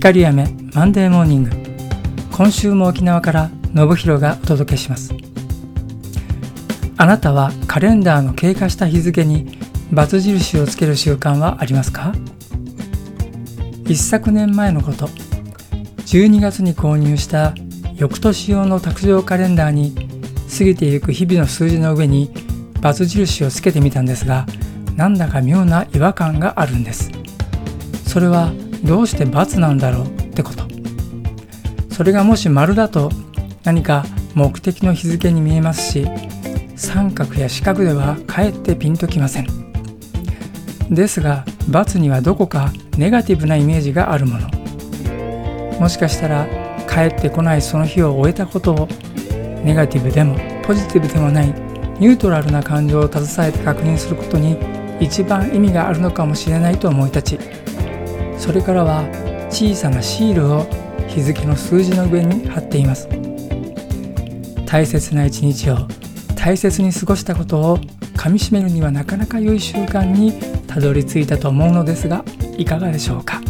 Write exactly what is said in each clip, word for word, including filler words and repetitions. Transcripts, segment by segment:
光雨マンデーモーニング。今週も沖縄から信弘がお届けします。あなたはカレンダーの経過した日付に×印をつける習慣はありますか？一昨年前のこと、じゅうにがつに購入した翌年用の卓上カレンダーに過ぎていく日々の数字の上に×印をつけてみたんですが、なんだか妙な違和感があるんです。それはどうして×なんだろうってこと。それがもし丸だと何か目的の日付に見えますし、三角や四角ではかえってピンときません。ですが×にはどこかネガティブなイメージがあるもの。もしかしたら帰ってこないその日を終えたことをネガティブでもポジティブでもないニュートラルな感情を携えて確認することに一番意味があるのかもしれないと思い立ち、それからは小さなシールを日付の数字の上に貼っています。大切な一日を大切に過ごしたことをかみしめるにはなかなか良い習慣にたどり着いたと思うのですが、いかがでしょうか。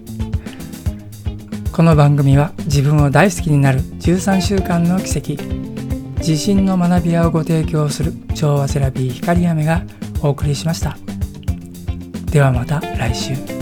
この番組は自分を大好きになるじゅうさんしゅうかんの奇跡、自信の学び屋をご提供する調和セラピー光雨がお送りしました。ではまた来週。